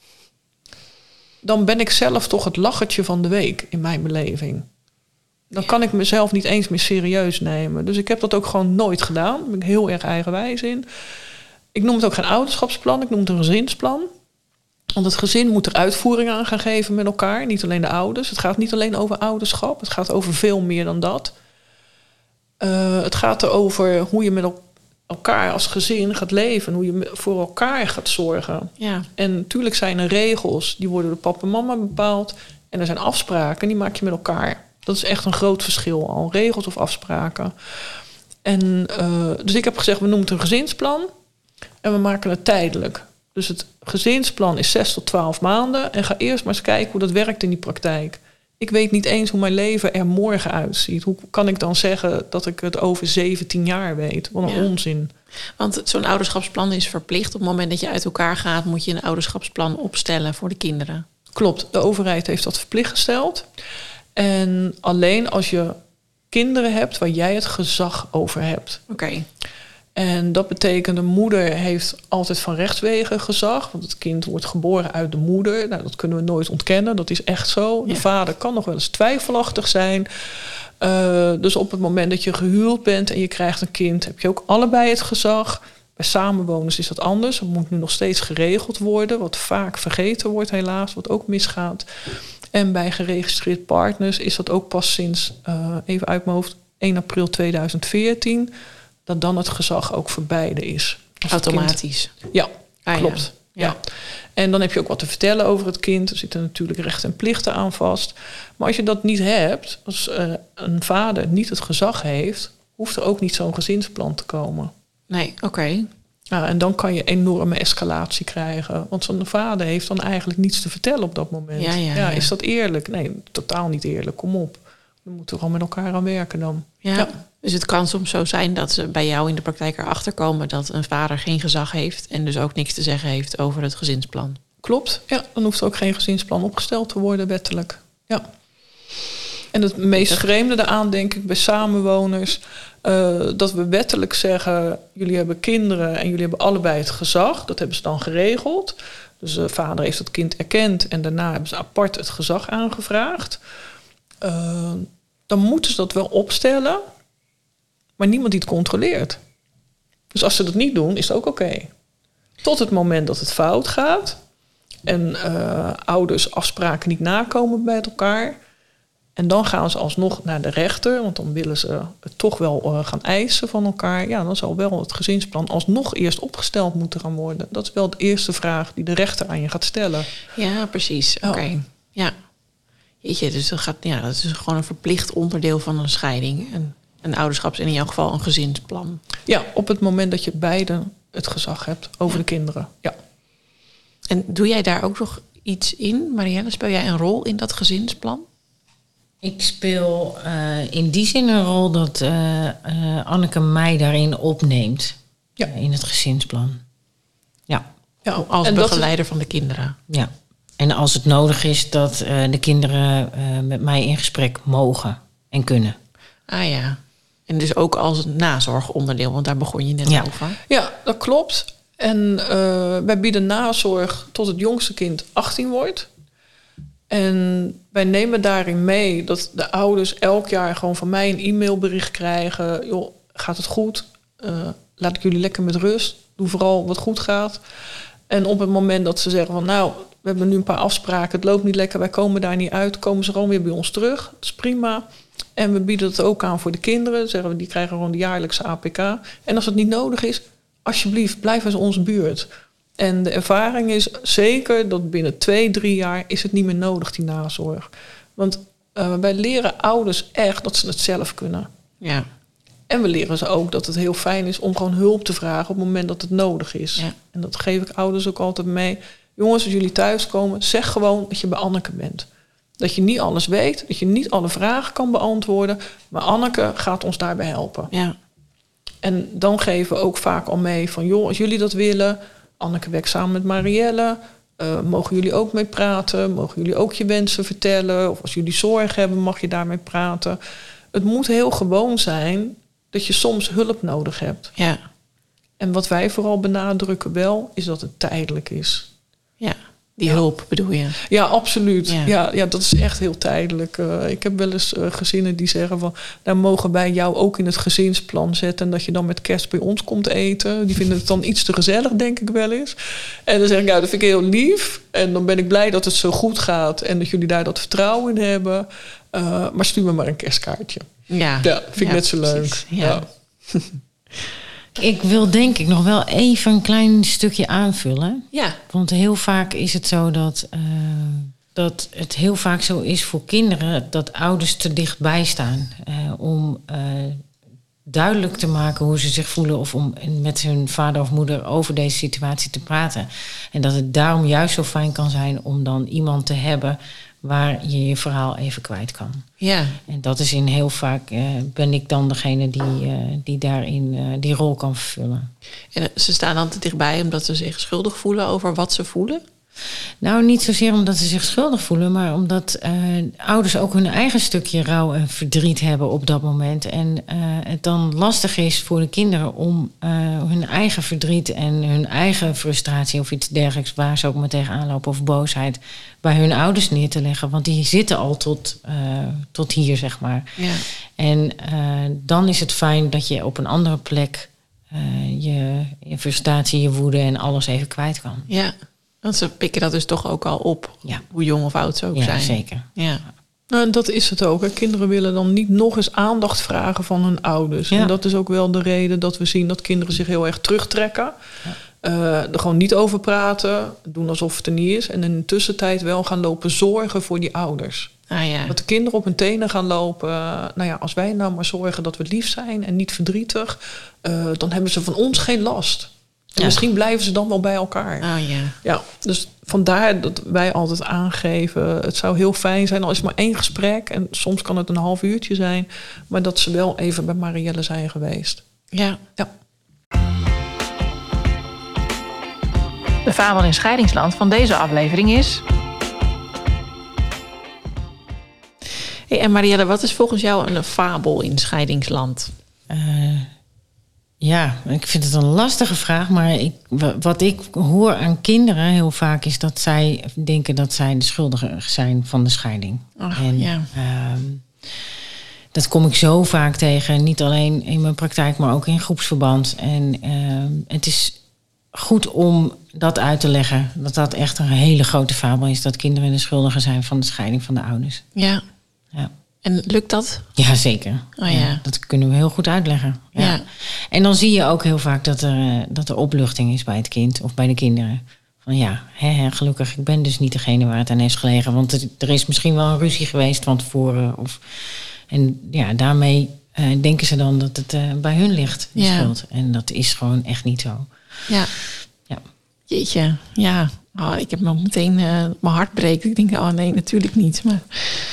Dan ben ik zelf toch het lachertje van de week in mijn beleving. Dan kan ik mezelf niet eens meer serieus nemen. Dus ik heb dat ook gewoon nooit gedaan. Daar ben ik heel erg eigenwijs in. Ik noem het ook geen ouderschapsplan, ik noem het een gezinsplan. Want het gezin moet er uitvoering aan gaan geven met elkaar. Niet alleen de ouders. Het gaat niet alleen over ouderschap. Het gaat over veel meer dan dat. Uh, het gaat erover hoe je met elkaar als gezin gaat leven. Hoe je voor elkaar gaat zorgen. Ja. En natuurlijk zijn er regels. Die worden door papa en mama bepaald. En er zijn afspraken. Die maak je met elkaar. Dat is echt een groot verschil al. Regels of afspraken. En uh, dus ik heb gezegd, we noemen het een gezinsplan. En we maken het tijdelijk. Dus het gezinsplan is zes tot twaalf maanden. En ga eerst maar eens kijken hoe dat werkt in die praktijk. ik weet niet eens hoe mijn leven er morgen uitziet. Hoe kan ik dan zeggen dat ik het over zeventien jaar weet? Wat een Ja. onzin. Want zo'n ouderschapsplan is verplicht. Op het moment dat je uit elkaar gaat, moet je een ouderschapsplan opstellen voor de kinderen. Klopt, de overheid heeft dat verplicht gesteld. En alleen als je kinderen hebt waar jij het gezag over hebt. Oké. Okay. En dat betekent, de moeder heeft altijd van rechtswege gezag. Want het kind wordt geboren uit de moeder. Nou, dat kunnen we nooit ontkennen, dat is echt zo. De Ja. vader kan nog wel eens twijfelachtig zijn. Uh, dus op het moment dat je gehuwd bent en je krijgt een kind, heb je ook allebei het gezag. Bij samenwoners is dat anders. Dat moet nu nog steeds geregeld worden. Wat vaak vergeten wordt helaas, wat ook misgaat. En bij geregistreerd partners is dat ook pas sinds, uh, even uit mijn hoofd, één april tweeduizend veertien... dat dan het gezag ook voor beide is. Automatisch? Kind... Ja, ah, klopt. Ja. Ja. En dan heb je ook wat te vertellen over het kind. Er zitten natuurlijk rechten en plichten aan vast. Maar als je dat niet hebt, als uh, een vader niet het gezag heeft, hoeft er ook niet zo'n gezinsplan te komen. Nee, oké. Okay. Ja, en dan kan je enorme escalatie krijgen. Want zo'n vader heeft dan eigenlijk niets te vertellen op dat moment. Ja, ja, ja, ja. Is dat eerlijk? Nee, totaal niet eerlijk. Kom op. We moeten gewoon met elkaar aan werken dan. Ja, ja. Dus het kan soms zo zijn dat ze bij jou in de praktijk erachter komen dat een vader geen gezag heeft en dus ook niks te zeggen heeft over het gezinsplan. Klopt, ja. Dan hoeft er ook geen gezinsplan opgesteld te worden, wettelijk. Ja. En het meest vreemde daaraan, denk ik, bij samenwoners, Uh, dat we wettelijk zeggen, jullie hebben kinderen en jullie hebben allebei het gezag. Dat hebben ze dan geregeld. Dus de vader heeft het kind erkend en daarna hebben ze apart het gezag aangevraagd. Uh, dan moeten ze dat wel opstellen, maar niemand die het controleert. Dus als ze dat niet doen, is het ook oké. Okay. Tot het moment dat het fout gaat en uh, ouders afspraken niet nakomen bij elkaar. En dan gaan ze alsnog naar de rechter, want dan willen ze het toch wel uh, gaan eisen van elkaar. Ja, dan zal wel het gezinsplan alsnog eerst opgesteld moeten gaan worden. Dat is wel de eerste vraag die de rechter aan je gaat stellen. Ja, precies. Oké. Okay. Oh. Ja. Jeetje, dus dat, gaat, ja, dat is gewoon een verplicht onderdeel van een scheiding. Een, een ouderschaps- en in jouw geval een gezinsplan. Ja, op het moment dat je beiden het gezag hebt over ja. de kinderen. Ja. En doe jij daar ook nog iets in, Marielle? Speel jij een rol in dat gezinsplan? Ik speel uh, in die zin een rol dat uh, uh, Anneke mij daarin opneemt. Ja. Uh, in het gezinsplan. Ja. ja als en begeleider is... van de kinderen. Ja. En als het nodig is dat uh, de kinderen uh, met mij in gesprek mogen en kunnen. Ah ja. En dus ook als nazorgonderdeel, want daar begon je net ja. over. Ja, dat klopt. En uh, wij bieden nazorg tot het jongste kind achttien wordt. En wij nemen daarin mee dat de ouders elk jaar gewoon van mij een e-mailbericht krijgen. Joh, gaat het goed? Uh, laat ik jullie lekker met rust. Doe vooral wat goed gaat. En op het moment dat ze zeggen van nou, we hebben nu een paar afspraken. Het loopt niet lekker, wij komen daar niet uit. Komen ze gewoon weer bij ons terug. Dat is prima. En we bieden het ook aan voor de kinderen. Zeggen we, die krijgen gewoon de jaarlijkse A P K. En als het niet nodig is, alsjeblieft, blijf uit onze buurt. En de ervaring is zeker dat binnen twee, drie jaar is het niet meer nodig, die nazorg. Want uh, wij leren ouders echt dat ze het zelf kunnen. Ja. En we leren ze ook dat het heel fijn is om gewoon hulp te vragen op het moment dat het nodig is. Ja. En dat geef ik ouders ook altijd mee. Jongens, als jullie thuiskomen, zeg gewoon dat je bij Anneke bent. Dat je niet alles weet, dat je niet alle vragen kan beantwoorden. Maar Anneke gaat ons daarbij helpen. Ja. En dan geven we ook vaak al mee van, joh, als jullie dat willen, Anneke werkt samen met Marielle. Uh, mogen jullie ook mee praten? Mogen jullie ook je wensen vertellen? Of als jullie zorg hebben, mag je daarmee praten. Het moet heel gewoon zijn dat je soms hulp nodig hebt. Ja. En wat wij vooral benadrukken wel, is dat het tijdelijk is. Ja, die ja. hulp bedoel je? Ja, absoluut. Ja, ja, ja dat is echt heel tijdelijk. Uh, ik heb wel eens uh, gezinnen die zeggen van, nou mogen wij jou ook in het gezinsplan zetten en dat je dan met kerst bij ons komt eten. Die vinden het dan iets te gezellig, denk ik wel eens. En dan zeg ik, nou, dat vind ik heel lief. En dan ben ik blij dat het zo goed gaat en dat jullie daar dat vertrouwen in hebben. Uh, maar stuur me maar een kerstkaartje. Ja, ja vind ik ja, net zo precies. leuk. Ja. Ja. Ik wil denk ik nog wel even een klein stukje aanvullen. Ja. Want heel vaak is het zo dat, uh, dat het heel vaak zo is voor kinderen dat ouders te dichtbij staan. Uh, om uh, duidelijk te maken hoe ze zich voelen of om met hun vader of moeder over deze situatie te praten. En dat het daarom juist zo fijn kan zijn om dan iemand te hebben waar je je verhaal even kwijt kan. Ja. En dat is in heel vaak, uh, ben ik dan degene die, uh, die daarin uh, die rol kan vervullen. En ze staan dan te dichtbij omdat ze zich schuldig voelen over wat ze voelen? Nou, niet zozeer omdat ze zich schuldig voelen, maar omdat uh, ouders ook hun eigen stukje rouw en verdriet hebben op dat moment. En uh, het dan lastig is voor de kinderen om uh, hun eigen verdriet en hun eigen frustratie of iets dergelijks, waar ze ook maar tegenaan lopen, of boosheid, bij hun ouders neer te leggen. Want die zitten al tot, uh, tot hier, zeg maar. Ja. En uh, dan is het fijn dat je op een andere plek uh, je, je frustratie, je woede en alles even kwijt kan. Ja. Want ze pikken dat dus toch ook al op, ja. hoe jong of oud ze ook ja, zijn. Zeker. Ja, Nou, en dat is het ook. Hè. Kinderen willen dan niet nog eens aandacht vragen van hun ouders. Ja. En dat is ook wel de reden dat we zien dat kinderen zich heel erg terugtrekken. Ja. Uh, er gewoon niet over praten, doen alsof het er niet is. En in de tussentijd wel gaan lopen zorgen voor die ouders. Ah, ja. Dat de kinderen op hun tenen gaan lopen. Uh, nou ja, als wij nou maar zorgen dat we lief zijn en niet verdrietig, Uh, dan hebben ze van ons geen last. En ja. misschien blijven ze dan wel bij elkaar. Ah, ja. Ja, dus vandaar dat wij altijd aangeven, het zou heel fijn zijn, al is het maar één gesprek. En soms kan het een half uurtje zijn. Maar dat ze wel even bij Marielle zijn geweest. Ja. Ja. De fabel in Scheidingsland van deze aflevering is... Hey, en Marielle, wat is volgens jou een fabel in Scheidingsland? Uh, ja, ik vind het een lastige vraag. Maar ik, wat ik hoor aan kinderen heel vaak is dat zij denken dat zij de schuldigen zijn van de scheiding. Ach, en ja. uh, dat kom ik zo vaak tegen. Niet alleen in mijn praktijk, maar ook in groepsverband. En uh, het is goed om dat uit te leggen. Dat dat echt een hele grote fabel is. Dat kinderen de schuldigen zijn van de scheiding van de ouders. Ja. Ja. En lukt dat? Ja, zeker. Oh, ja. Ja, dat kunnen we heel goed uitleggen. Ja. Ja. En dan zie je ook heel vaak dat er, dat er opluchting is bij het kind of bij de kinderen. Van ja, hè, hè, gelukkig, ik ben dus niet degene waar het aan heeft gelegen. Want er, er is misschien wel een ruzie geweest van tevoren. Of, en ja, daarmee uh, denken ze dan dat het uh, bij hun ligt, de Ja. schuld. En dat is gewoon echt niet zo. Ja. Ja. Jeetje, ja. Oh, ik heb me meteen uh, mijn hart breekt. Ik denk, oh nee, natuurlijk niet. Maar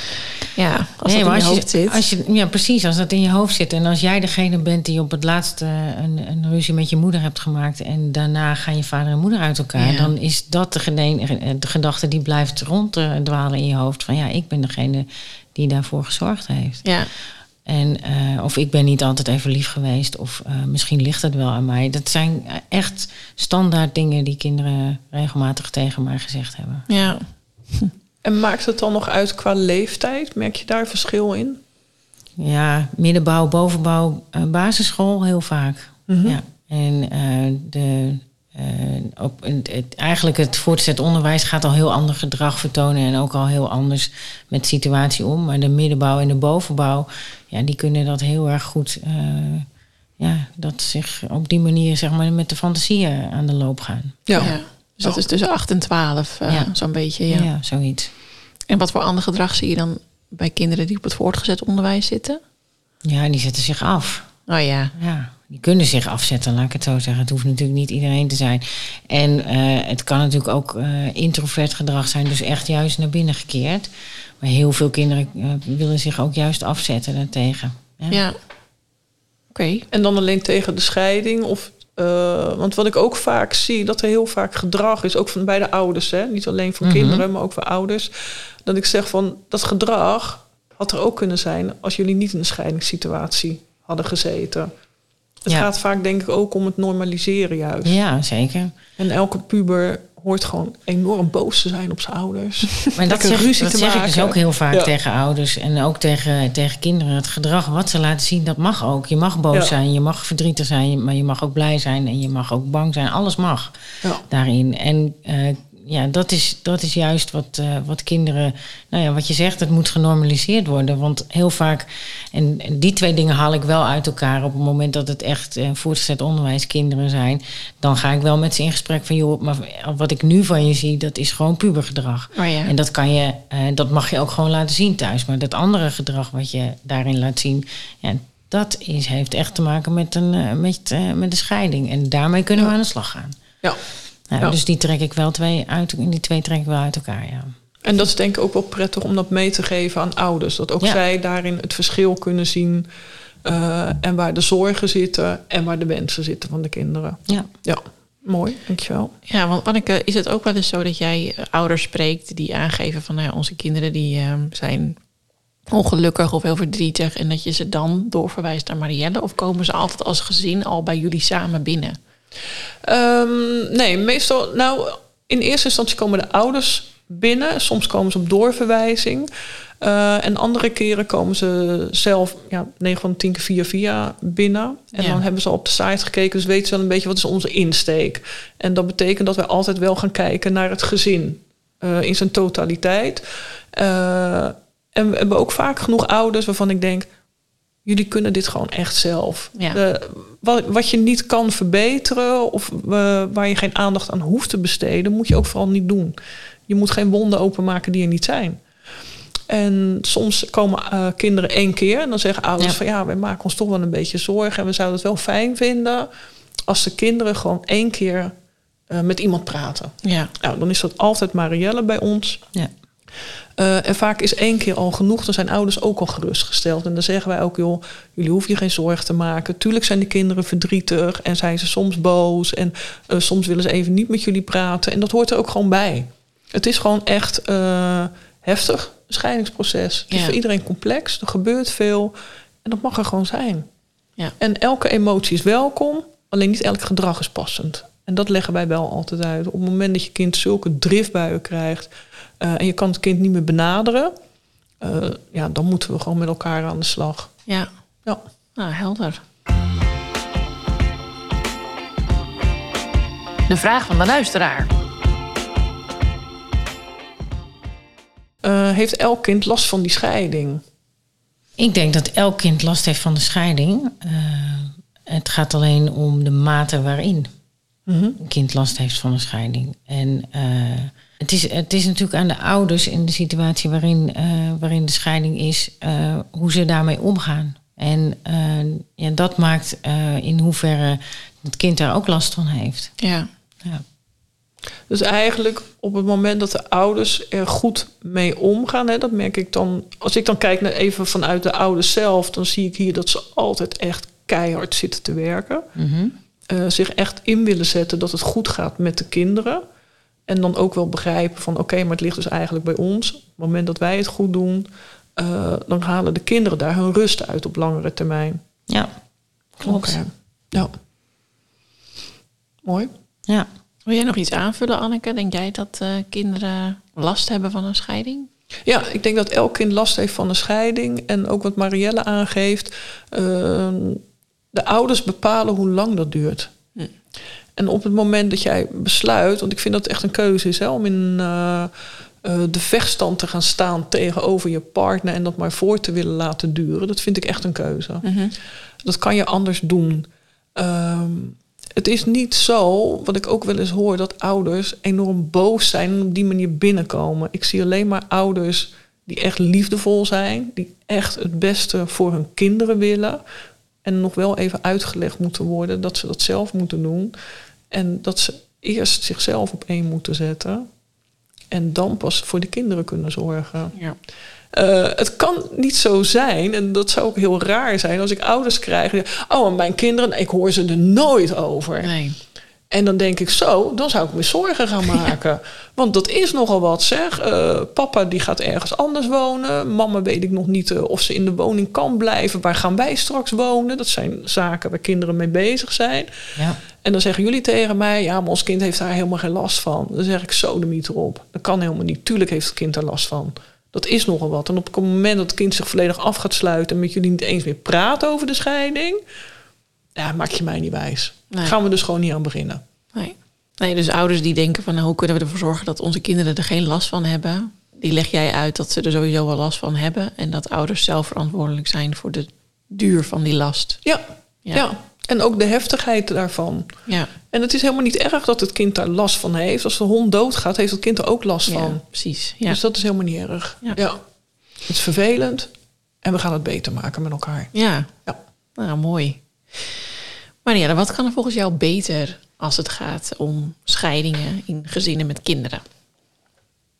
ja, als nee, dat in maar je als hoofd je, zit. Als je, ja, precies. Als dat in je hoofd zit. En als jij degene bent die op het laatst uh, een, een ruzie met je moeder hebt gemaakt. En daarna gaan je vader en moeder uit elkaar. Ja. Dan is dat de, gene, de gedachte die blijft ronddwalen in je hoofd. Van ja, ik ben degene die daarvoor gezorgd heeft. Ja. En, uh, of ik ben niet altijd even lief geweest. Of uh, misschien ligt het wel aan mij. Dat zijn echt standaard dingen die kinderen regelmatig tegen mij gezegd hebben. Ja. En maakt het dan nog uit qua leeftijd? Merk je daar verschil in? Ja, middenbouw, bovenbouw, uh, basisschool heel vaak. Mm-hmm. Ja. En uh, de, uh, op, het, het, eigenlijk het voortgezet onderwijs gaat al heel ander gedrag vertonen. En ook al heel anders met de situatie om. Maar de middenbouw en de bovenbouw, ja, die kunnen dat heel erg goed. Uh, ja, dat zich op die manier zeg maar met de fantasieën aan de loop gaan. Ja. Ja. Dus dat is tussen acht en twaalf, uh, Ja. zo'n beetje. Ja. Ja, zoiets. En wat voor ander gedrag zie je dan bij kinderen die op het voortgezet onderwijs zitten? Ja, die zetten zich af. Oh ja. Ja, die kunnen zich afzetten, laat ik het zo zeggen. Het hoeft natuurlijk niet iedereen te zijn. En uh, het kan natuurlijk ook uh, introvert gedrag zijn, dus echt juist naar binnen gekeerd. Maar heel veel kinderen uh, willen zich ook juist afzetten daartegen. Ja. Ja. Oké. Okay. En dan alleen tegen de scheiding? Of, uh, want wat ik ook vaak zie, dat er heel vaak gedrag is, ook van bij de ouders, hè? Niet alleen voor Mm-hmm. kinderen, maar ook voor ouders. Dat ik zeg van, dat gedrag had er ook kunnen zijn als jullie niet in een scheidingssituatie hadden gezeten. Het Ja. gaat vaak denk ik ook om het normaliseren juist. Ja, zeker. En elke puber hoort gewoon enorm boos te zijn op zijn ouders. Maar dat Lekker zeg, ruzie dat te zeg ik dus maken. ook heel vaak Ja. tegen ouders en ook tegen, tegen kinderen. Het gedrag wat ze laten zien, dat mag ook. Je mag boos Ja. zijn, je mag verdrietig zijn, maar je mag ook blij zijn en je mag ook bang zijn. Alles mag Ja. daarin. En uh, ja, dat is, dat is juist wat, uh, wat kinderen... Nou ja, wat je zegt, het moet genormaliseerd worden. Want heel vaak... En, en die twee dingen haal ik wel uit elkaar. Op het moment dat het echt uh, voortgezet onderwijskinderen zijn... dan ga ik wel met ze in gesprek van... joh, maar wat ik nu van je zie, dat is gewoon pubergedrag. Oh ja. En dat, kan je, uh, dat mag je ook gewoon laten zien thuis. Maar dat andere gedrag wat je daarin laat zien... Ja, dat is, heeft echt te maken met een, uh, met, uh, met een scheiding. En daarmee kunnen Ja. we aan de slag gaan. Ja. Nou, Ja. Dus die trek ik wel twee uit, die twee trek ik wel uit elkaar, ja. En dat is denk ik ook wel prettig om dat mee te geven aan ouders. Dat ook ja. zij daarin het verschil kunnen zien. Uh, en waar de zorgen zitten en waar de wensen zitten van de kinderen. Ja, ja. Mooi, dankjewel. Ja, want Anneke, is het ook wel eens zo dat jij ouders spreekt die aangeven van nou ja, onze kinderen die uh, zijn ongelukkig of heel verdrietig en dat je ze dan doorverwijst naar Marielle? Of komen ze altijd als gezin al bij jullie samen binnen? Um, nee, meestal, nou in eerste instantie komen de ouders binnen. Soms komen ze op doorverwijzing. Uh, en andere keren komen ze zelf, ja, negen van de tien keer via via binnen. En ja. dan hebben ze op de site gekeken, dus weten ze wel een beetje wat is onze insteek. En dat betekent dat wij altijd wel gaan kijken naar het gezin uh, in zijn totaliteit. Uh, en we hebben ook vaak genoeg ouders waarvan ik denk, jullie kunnen dit gewoon echt zelf. Ja. Uh, wat, wat je niet kan verbeteren of uh, waar je geen aandacht aan hoeft te besteden, moet je ook vooral niet doen. Je moet geen wonden openmaken die er niet zijn. En soms komen uh, kinderen één keer en dan zeggen ouders ja. van ja, wij maken ons toch wel een beetje zorgen en we zouden het wel fijn vinden als de kinderen gewoon één keer uh, met iemand praten. Ja. Nou, dan is dat altijd Marielle bij ons. Ja. Uh, en vaak is één keer al genoeg. Dan zijn ouders ook al gerustgesteld. En dan zeggen wij ook, joh, jullie hoeven je geen zorgen te maken. Tuurlijk zijn de kinderen verdrietig en zijn ze soms boos. En uh, soms willen ze even niet met jullie praten. En dat hoort er ook gewoon bij. Het is gewoon echt uh, heftig, een scheidingsproces. Het is ja. voor iedereen complex, er gebeurt veel. En dat mag er gewoon zijn. Ja. En elke emotie is welkom, alleen niet elk gedrag is passend. En dat leggen wij wel altijd uit. Op het moment dat je kind zulke driftbuien krijgt Uh, en je kan het kind niet meer benaderen, Uh, ja, dan moeten we gewoon met elkaar aan de slag. Ja, ja. Nou, helder. De vraag van de luisteraar. Uh, heeft elk kind last van die scheiding? Ik denk dat elk kind last heeft van de scheiding. Uh, het gaat alleen om de mate waarin mm-hmm. een kind last heeft van een scheiding. En uh, Het is, het is natuurlijk aan de ouders in de situatie waarin, uh, waarin de scheiding is, uh, hoe ze daarmee omgaan. En uh, ja, dat maakt uh, in hoeverre het kind daar ook last van heeft. Ja. Ja. Dus eigenlijk op het moment dat de ouders er goed mee omgaan, hè, dat merk ik dan. Als ik dan kijk naar even vanuit de ouders zelf, dan zie ik hier dat ze altijd echt keihard zitten te werken. Mm-hmm. Uh, zich echt in willen zetten dat het goed gaat met de kinderen. En dan ook wel begrijpen van oké, okay, maar het ligt dus eigenlijk bij ons. Op het moment dat wij het goed doen, uh, dan halen de kinderen daar hun rust uit op langere termijn. Ja, klopt. Okay. Ja. Mooi. Ja. Wil jij nog iets aanvullen, Anneke? Denk jij dat uh, kinderen last hebben van een scheiding? Ja, ik denk dat elk kind last heeft van een scheiding. En ook wat Marielle aangeeft, Uh, de ouders bepalen hoe lang dat duurt. Hm. En op het moment dat jij besluit, want ik vind dat het echt een keuze is, hè, om in uh, uh, de vechtstand te gaan staan tegenover je partner en dat maar voor te willen laten duren, dat vind ik echt een keuze. Mm-hmm. Dat kan je anders doen. Um, het is niet zo, wat ik ook wel eens hoor, dat ouders enorm boos zijn en op die manier binnenkomen. Ik zie alleen maar ouders die echt liefdevol zijn, die echt het beste voor hun kinderen willen. En nog wel even uitgelegd moeten worden dat ze dat zelf moeten doen. En dat ze eerst zichzelf op één moeten zetten. En dan pas voor de kinderen kunnen zorgen. Ja. Uh, het kan niet zo zijn, en dat zou ook heel raar zijn, als ik ouders krijg. Oh, en mijn kinderen, ik hoor ze er nooit over. Nee. En dan denk ik zo, dan zou ik me zorgen gaan maken. Ja. Want dat is nogal wat, zeg. Uh, papa die gaat ergens anders wonen. Mama weet ik nog niet uh, of ze in de woning kan blijven. Waar gaan wij straks wonen? Dat zijn zaken waar kinderen mee bezig zijn. Ja. En dan zeggen jullie tegen mij, ja, maar ons kind heeft daar helemaal geen last van. Dan zeg ik, sodemiet erop. Dat kan helemaal niet. Tuurlijk heeft het kind er last van. Dat is nogal wat. En op het moment dat het kind zich volledig af gaat sluiten en met jullie niet eens meer praat over de scheiding, ja, maak je mij niet wijs. Nee. Gaan we dus gewoon niet aan beginnen. Nee. Nee, dus ouders die denken van nou, hoe kunnen we ervoor zorgen dat onze kinderen er geen last van hebben, die leg jij uit dat ze er sowieso wel last van hebben en dat ouders zelf verantwoordelijk zijn voor de duur van die last. Ja, ja. ja. En ook de heftigheid daarvan. Ja. En het is helemaal niet erg dat het kind daar last van heeft. Als de hond doodgaat, heeft het kind er ook last van. Ja, precies. Ja. Dus dat is helemaal niet erg. Ja. Ja. Het is vervelend en we gaan het beter maken met elkaar. Ja, ja. Nou, mooi. Marielle, wat kan er volgens jou beter als het gaat om scheidingen in gezinnen met kinderen?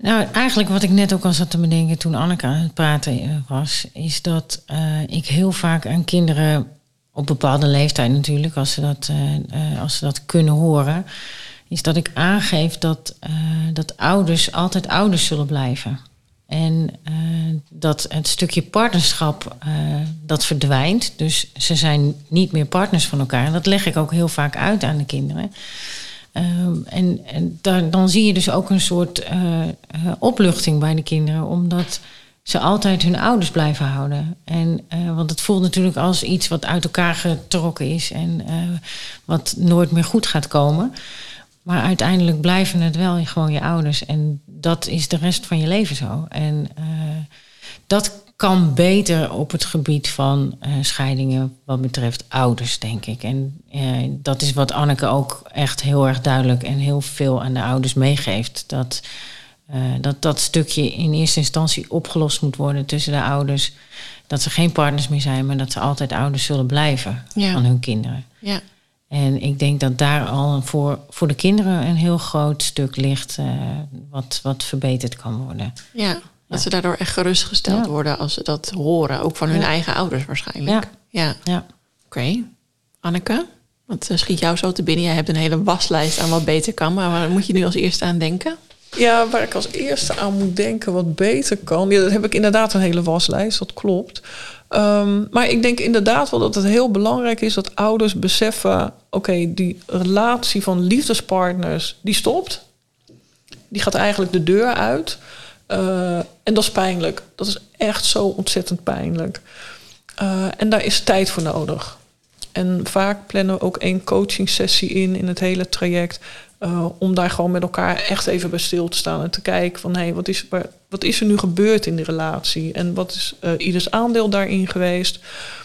Nou, eigenlijk wat ik net ook al zat te bedenken toen Anneke aan het praten was, is dat uh, ik heel vaak aan kinderen op bepaalde leeftijd natuurlijk, als ze dat, uh, uh, als ze dat kunnen horen, is dat ik aangeef dat, uh, dat ouders altijd ouders zullen blijven. En uh, dat het stukje partnerschap, uh, dat verdwijnt. Dus ze zijn niet meer partners van elkaar. En dat leg ik ook heel vaak uit aan de kinderen. Um, en en daar, dan zie je dus ook een soort uh, uh, opluchting bij de kinderen, omdat ze altijd hun ouders blijven houden. En, uh, want het voelt natuurlijk als iets wat uit elkaar getrokken is en uh, wat nooit meer goed gaat komen. Maar uiteindelijk blijven het wel gewoon je ouders. En dat is de rest van je leven zo. En uh, dat kan beter op het gebied van uh, scheidingen wat betreft ouders, denk ik. En uh, dat is wat Anneke ook echt heel erg duidelijk en heel veel aan de ouders meegeeft. Dat uh, dat, dat stukje in eerste instantie opgelost moet worden tussen de ouders. Dat ze geen partners meer zijn, maar dat ze altijd ouders zullen blijven ja. van hun kinderen. Ja. En ik denk dat daar al voor, voor de kinderen een heel groot stuk ligt uh, wat, wat verbeterd kan worden. Ja, dat ja. ze daardoor echt gerustgesteld ja. worden als ze dat horen. Ook van hun ja. eigen ouders waarschijnlijk. Ja. ja. ja. Oké. Okay. Anneke, wat schiet jou zo te binnen? Jij hebt een hele waslijst aan wat beter kan. Maar waar moet je nu als eerste aan denken? Ja, waar ik als eerste aan moet denken wat beter kan. Ja, dat heb ik inderdaad een hele waslijst, dat klopt. Um, maar ik denk inderdaad wel dat het heel belangrijk is dat ouders beseffen, oké, okay, die relatie van liefdespartners, die stopt. Die gaat eigenlijk de deur uit. Uh, en dat is pijnlijk. Dat is echt zo ontzettend pijnlijk. Uh, en daar is tijd voor nodig. En vaak plannen we ook één coachingsessie in, in het hele traject. Uh, om daar gewoon met elkaar echt even bij stil te staan en te kijken van, hé, hey, wat is, wat is er nu gebeurd in die relatie? En wat is uh, ieders aandeel daarin geweest?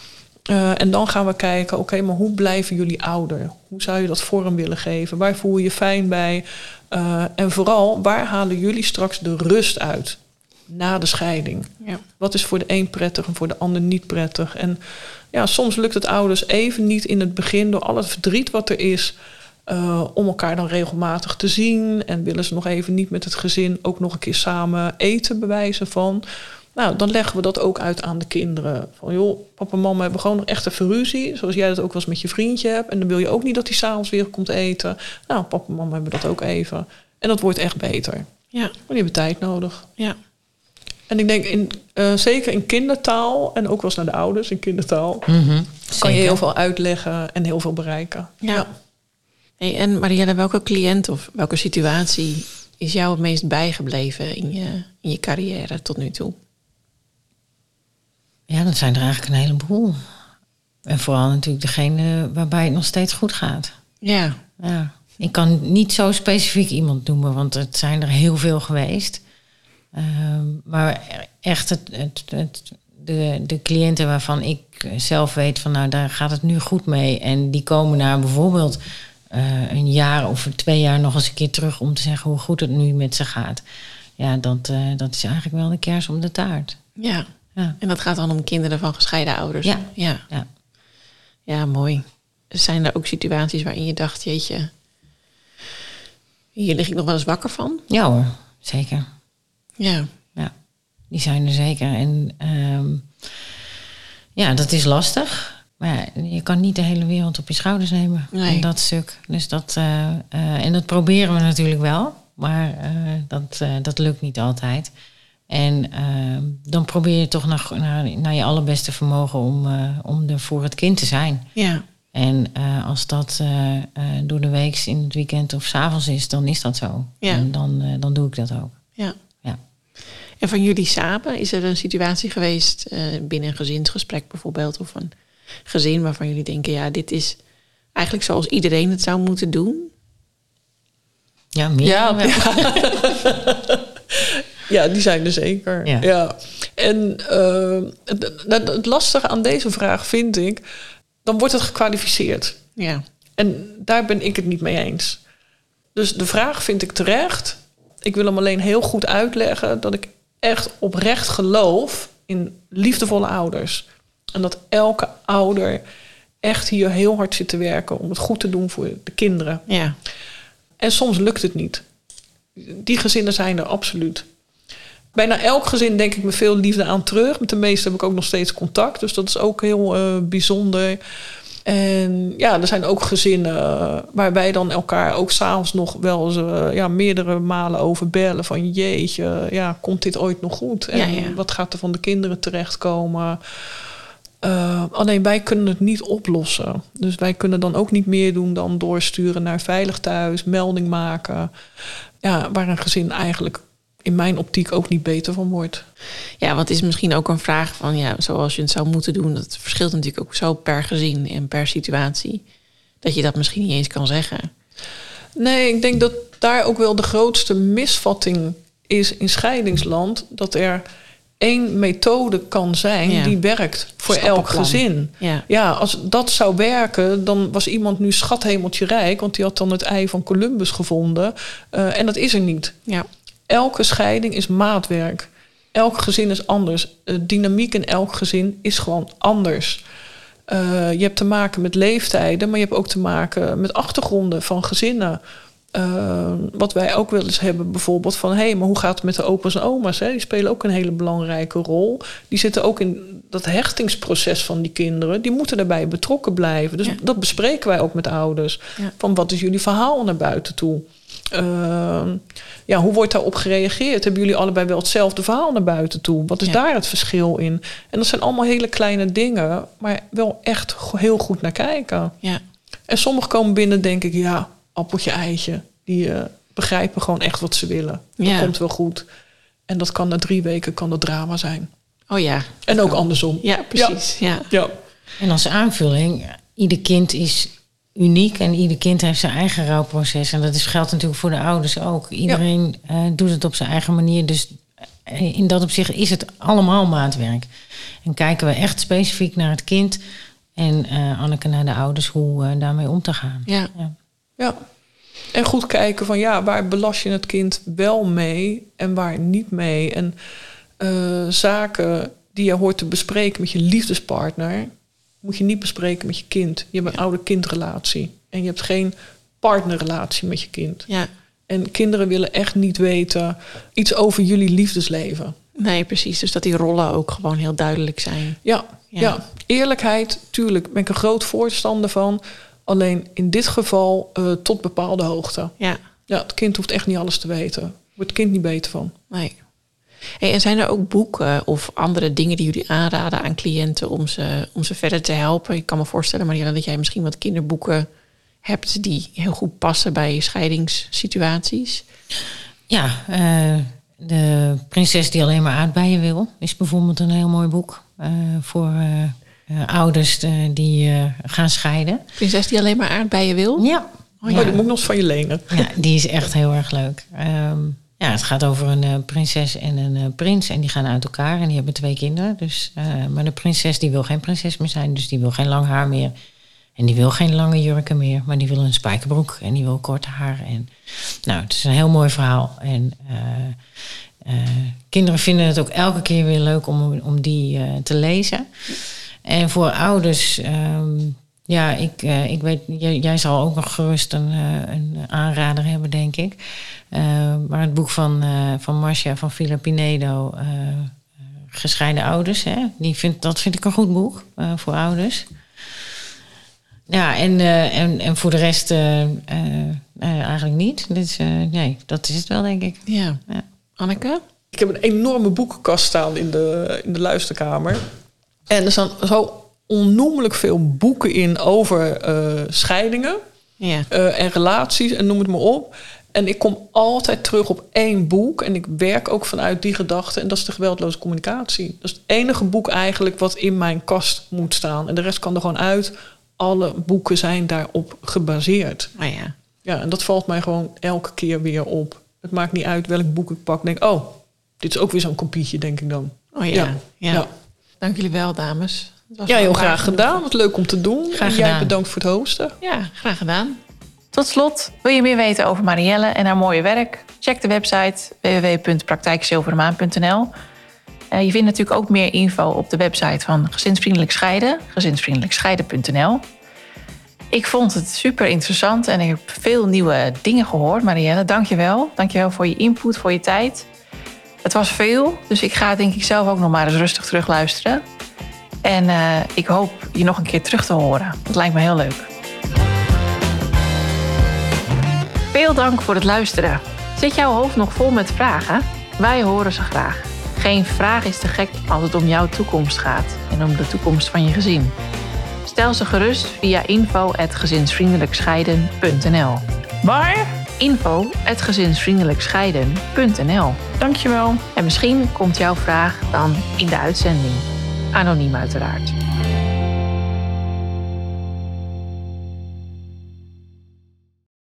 Uh, en dan gaan we kijken, oké, okay, maar hoe blijven jullie ouder? Hoe zou je dat vorm willen geven? Waar voel je je fijn bij? Uh, en vooral, waar halen jullie straks de rust uit na de scheiding? Ja. Wat is voor de een prettig en voor de ander niet prettig? En ja, soms lukt het ouders even niet in het begin door al het verdriet wat er is, Uh, om elkaar dan regelmatig te zien. En willen ze nog even niet met het gezin ook nog een keer samen eten bewijzen van. Nou, dan leggen we dat ook uit aan de kinderen. Van joh, papa en mama hebben gewoon nog echt even ruzie. Zoals jij dat ook wel eens met je vriendje hebt. En dan wil je ook niet dat hij s'avonds weer komt eten. Nou, papa en mama hebben dat ook even. En dat wordt echt beter. Ja. Maar die hebben tijd nodig. Ja. En ik denk, in, uh, zeker in kindertaal, en ook wel eens naar de ouders in kindertaal, Mm-hmm. kan je heel veel uitleggen en heel veel bereiken. Ja. ja. Hey, en Marielle, welke cliënt of welke situatie is jou het meest bijgebleven in je, in je carrière tot nu toe? Ja, dat zijn er eigenlijk een heleboel. En vooral natuurlijk degene waarbij het nog steeds goed gaat. Ja. ja. Ik kan niet zo specifiek iemand noemen, want het zijn er heel veel geweest. Uh, maar echt het, het, het, de, de cliënten waarvan ik zelf weet van, nou, daar gaat het nu goed mee. En die komen naar bijvoorbeeld Uh, een jaar of twee jaar nog eens een keer terug om te zeggen hoe goed het nu met ze gaat. Ja, dat, uh, dat is eigenlijk wel de kers op de taart. Ja. ja, en dat gaat dan om kinderen van gescheiden ouders. Ja. Ja, ja. ja mooi. Zijn er ook situaties waarin je dacht, jeetje, hier lig ik nog wel eens wakker van? Ja hoor, zeker. Ja. Ja, die zijn er zeker. En um, ja, dat is lastig. Maar ja, je kan niet de hele wereld op je schouders nemen. Nee. En dat stuk. Dus dat, uh, uh, en dat proberen we natuurlijk wel. Maar uh, dat, uh, dat lukt niet altijd. En uh, dan probeer je toch naar, naar, naar je allerbeste vermogen om, uh, om er voor het kind te zijn. Ja. En uh, als dat uh, uh, door de week, in het weekend of 's avonds is, dan is dat zo. Ja. En dan, uh, dan doe ik dat ook. Ja. Ja. En van jullie samen, is er een situatie geweest uh, binnen een gezinsgesprek bijvoorbeeld, of een gezin waarvan jullie denken, ja, dit is eigenlijk zoals iedereen het zou moeten doen? Ja, meer. Ja, ja. ja, die zijn er zeker. Ja. Ja. En uh, het, het, het lastige aan deze vraag vind ik, dan wordt het gekwalificeerd. Ja. En daar ben ik het niet mee eens. Dus de vraag vind ik terecht. Ik wil hem alleen heel goed uitleggen dat ik echt oprecht geloof in liefdevolle ouders. En dat elke ouder echt hier heel hard zit te werken om het goed te doen voor de kinderen. Ja. En soms lukt het niet. Die gezinnen zijn er absoluut. Bijna elk gezin denk ik met veel liefde aan terug. Met de meeste heb ik ook nog steeds contact. Dus dat is ook heel uh, bijzonder. En ja, er zijn ook gezinnen waar wij dan elkaar ook s'avonds nog wel eens uh, ja, meerdere malen over bellen. Van jeetje, ja, komt dit ooit nog goed? En ja, ja. wat gaat er van de kinderen terechtkomen? Uh, alleen wij kunnen het niet oplossen. Dus wij kunnen dan ook niet meer doen dan doorsturen naar veilig thuis, melding maken. Ja, waar een gezin eigenlijk in mijn optiek ook niet beter van wordt. Ja, want het is misschien ook een vraag van, ja, zoals je het zou moeten doen. Dat verschilt natuurlijk ook zo per gezin en per situatie. Dat je dat misschien niet eens kan zeggen. Nee, ik denk dat daar ook wel de grootste misvatting is in scheidingsland. Dat er één methode kan zijn ja. die werkt voor elk gezin. Ja. ja, als dat zou werken, dan was iemand nu schathemeltje rijk. Want die had dan het ei van Columbus gevonden. Uh, en dat is er niet. Ja. Elke scheiding is maatwerk. Elk gezin is anders. De dynamiek in elk gezin is gewoon anders. Uh, je hebt te maken met leeftijden, maar je hebt ook te maken met achtergronden van gezinnen. Uh, wat wij ook wel eens hebben, bijvoorbeeld van, hé, hey, maar hoe gaat het met de opa's en oma's? Hè? Die spelen ook een hele belangrijke rol. Die zitten ook in dat hechtingsproces van die kinderen. Die moeten daarbij betrokken blijven. Dus ja. dat bespreken wij ook met ouders. Ja. Van, wat is jullie verhaal naar buiten toe? Uh, ja, hoe wordt daarop gereageerd? Hebben jullie allebei wel hetzelfde verhaal naar buiten toe? Wat is ja. daar het verschil in? En dat zijn allemaal hele kleine dingen, maar wel echt heel goed naar kijken. Ja. En sommigen komen binnen, denk ik, ja, appeltje, eitje. Die uh, begrijpen gewoon echt wat ze willen. Dat ja. komt wel goed. En dat kan na drie weken kan dat drama zijn. Oh ja. En ook andersom. Ja, precies. Ja. Ja. Ja. En als aanvulling, ieder kind is uniek en ieder kind heeft zijn eigen rouwproces. En dat is, geldt natuurlijk voor de ouders ook. Iedereen ja. uh, doet het op zijn eigen manier. Dus in dat opzicht is het allemaal maatwerk. En kijken we echt specifiek naar het kind en uh, Anneke naar de ouders, hoe uh, daarmee om te gaan. Ja. Ja. ja. En goed kijken van, ja, waar belast je het kind wel mee en waar niet mee. En uh, zaken die je hoort te bespreken met je liefdespartner, moet je niet bespreken met je kind. Je hebt een ja. ouder-kindrelatie. En je hebt geen partnerrelatie met je kind. Ja. En kinderen willen echt niet weten iets over jullie liefdesleven. Nee, precies. Dus dat die rollen ook gewoon heel duidelijk zijn. Ja, ja. ja. Eerlijkheid, tuurlijk, ben ik een groot voorstander van. Alleen in dit geval uh, tot bepaalde hoogte. Ja. Ja, het kind hoeft echt niet alles te weten. Daar wordt het kind niet beter van. Nee. Hey, en zijn er ook boeken of andere dingen die jullie aanraden aan cliënten om ze, om ze verder te helpen? Ik kan me voorstellen, Marielle, dat jij misschien wat kinderboeken hebt die heel goed passen bij scheidingssituaties. Ja, uh, de Prinses die alleen maar aardbeien wil is bijvoorbeeld een heel mooi boek uh, voor uh, uh, ouders uh, die uh, gaan scheiden. Prinses die alleen maar aardbeien wil? Ja. Oh, ja. Oh, die moet ik nog eens van je lenen. Ja, die is echt heel erg leuk. Um, Ja, het gaat over een uh, prinses en een uh, prins. En die gaan uit elkaar en die hebben twee kinderen. Dus, uh, maar de prinses die wil geen prinses meer zijn. Dus die wil geen lang haar meer. En die wil geen lange jurken meer. Maar die wil een spijkerbroek en die wil kort haar. En, nou, het is een heel mooi verhaal. En uh, uh, kinderen vinden het ook elke keer weer leuk om, om die uh, te lezen. En voor ouders, um, ja, ik, uh, ik weet, jij, jij zal ook nog gerust een, uh, een aanrader hebben, denk ik. Uh, maar het boek van, uh, van Marcia van Villa Pinedo, uh, Gescheiden ouders, hè, die vind, dat vind ik een goed boek uh, voor ouders. Ja, en, uh, en, en voor de rest uh, uh, uh, eigenlijk niet. Dus uh, nee, dat is het wel, denk ik. Ja. Ja. Anneke? Ik heb een enorme boekenkast staan in de, in de luisterkamer. En er staan zo onnoemelijk veel boeken in over uh, scheidingen. Ja. Uh, en relaties en noem het maar op. En ik kom altijd terug op één boek. En ik werk ook vanuit die gedachte. En dat is de geweldloze communicatie. Dat is het enige boek eigenlijk wat in mijn kast moet staan. En de rest kan er gewoon uit. Alle boeken zijn daarop gebaseerd. Oh ja. Ja, en dat valt mij gewoon elke keer weer op. Het maakt niet uit welk boek ik pak. Ik denk, oh, dit is ook weer zo'n kopietje, denk ik dan. Oh ja. Ja. Ja. Ja. Dank jullie wel, dames. Ja, heel graag gedaan. Wat leuk om te doen. Graag en jij gedaan. bedankt voor het hosten. Ja, graag gedaan. Tot slot, wil je meer weten over Marielle en haar mooie werk? Check de website w w w punt praktijk zilveren punt n l. Uh, je vindt natuurlijk ook meer info op de website van Gezinsvriendelijk Scheiden, gezinsvriendelijk scheiden punt n l. Ik vond het super interessant en ik heb veel nieuwe dingen gehoord. Marielle, dank je wel. Dank je wel voor je input, voor je tijd. Het was veel, dus ik ga denk ik zelf ook nog maar eens rustig terugluisteren. En uh, ik hoop je nog een keer terug te horen. Dat lijkt me heel leuk. Veel dank voor het luisteren. Zit jouw hoofd nog vol met vragen? Wij horen ze graag. Geen vraag is te gek als het om jouw toekomst gaat en om de toekomst van je gezin. Stel ze gerust via info at gezinsvriendelijkscheiden punt n l. Waar? info at gezinsvriendelijkscheiden punt n l. Dankjewel. En misschien komt jouw vraag dan in de uitzending. Anoniem uiteraard.